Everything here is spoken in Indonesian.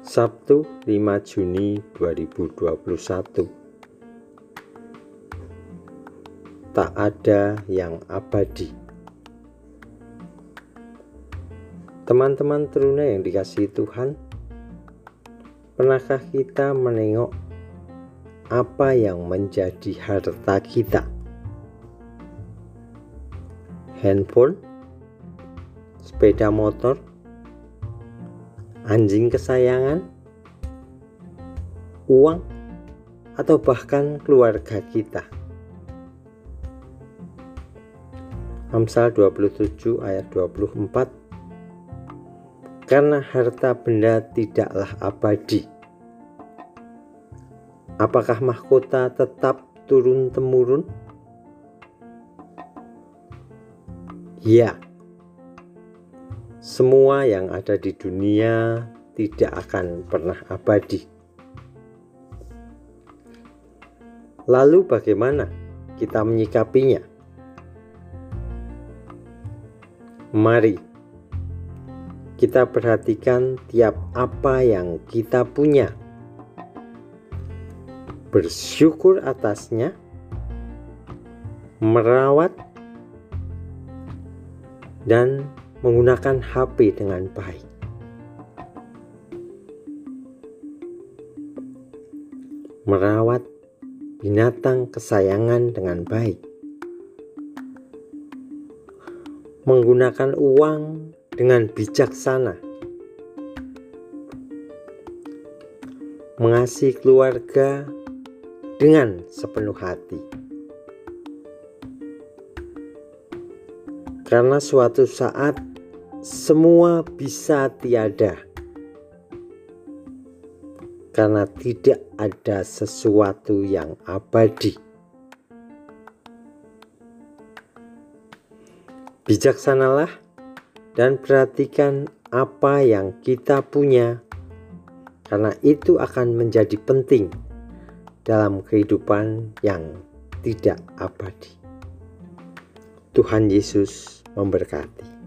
Sabtu 5 Juni 2021. Tak ada yang abadi. Teman-teman teruna yang dikasihi Tuhan, pernahkah kita menengok apa yang menjadi harta kita? Handphone, sepeda motor, anjing kesayangan, uang, atau bahkan keluarga kita. Amsal 27 ayat 24. Karena harta benda tidaklah abadi. Apakah mahkota tetap turun-temurun? Ya. Semua yang ada di dunia tidak akan pernah abadi. Lalu bagaimana kita menyikapinya? Mari kita perhatikan tiap apa yang kita punya, bersyukur atasnya, merawat, dan menggunakan HP dengan baik. Merawat binatang kesayangan dengan baik. Menggunakan uang dengan bijaksana. Mengasihi keluarga dengan sepenuh hati. Karena suatu saat semua bisa tiada, karena tidak ada sesuatu yang abadi. Bijaksanalah dan perhatikan apa yang kita punya, karena itu akan menjadi penting dalam kehidupan yang tidak abadi. Tuhan Yesus memberkati.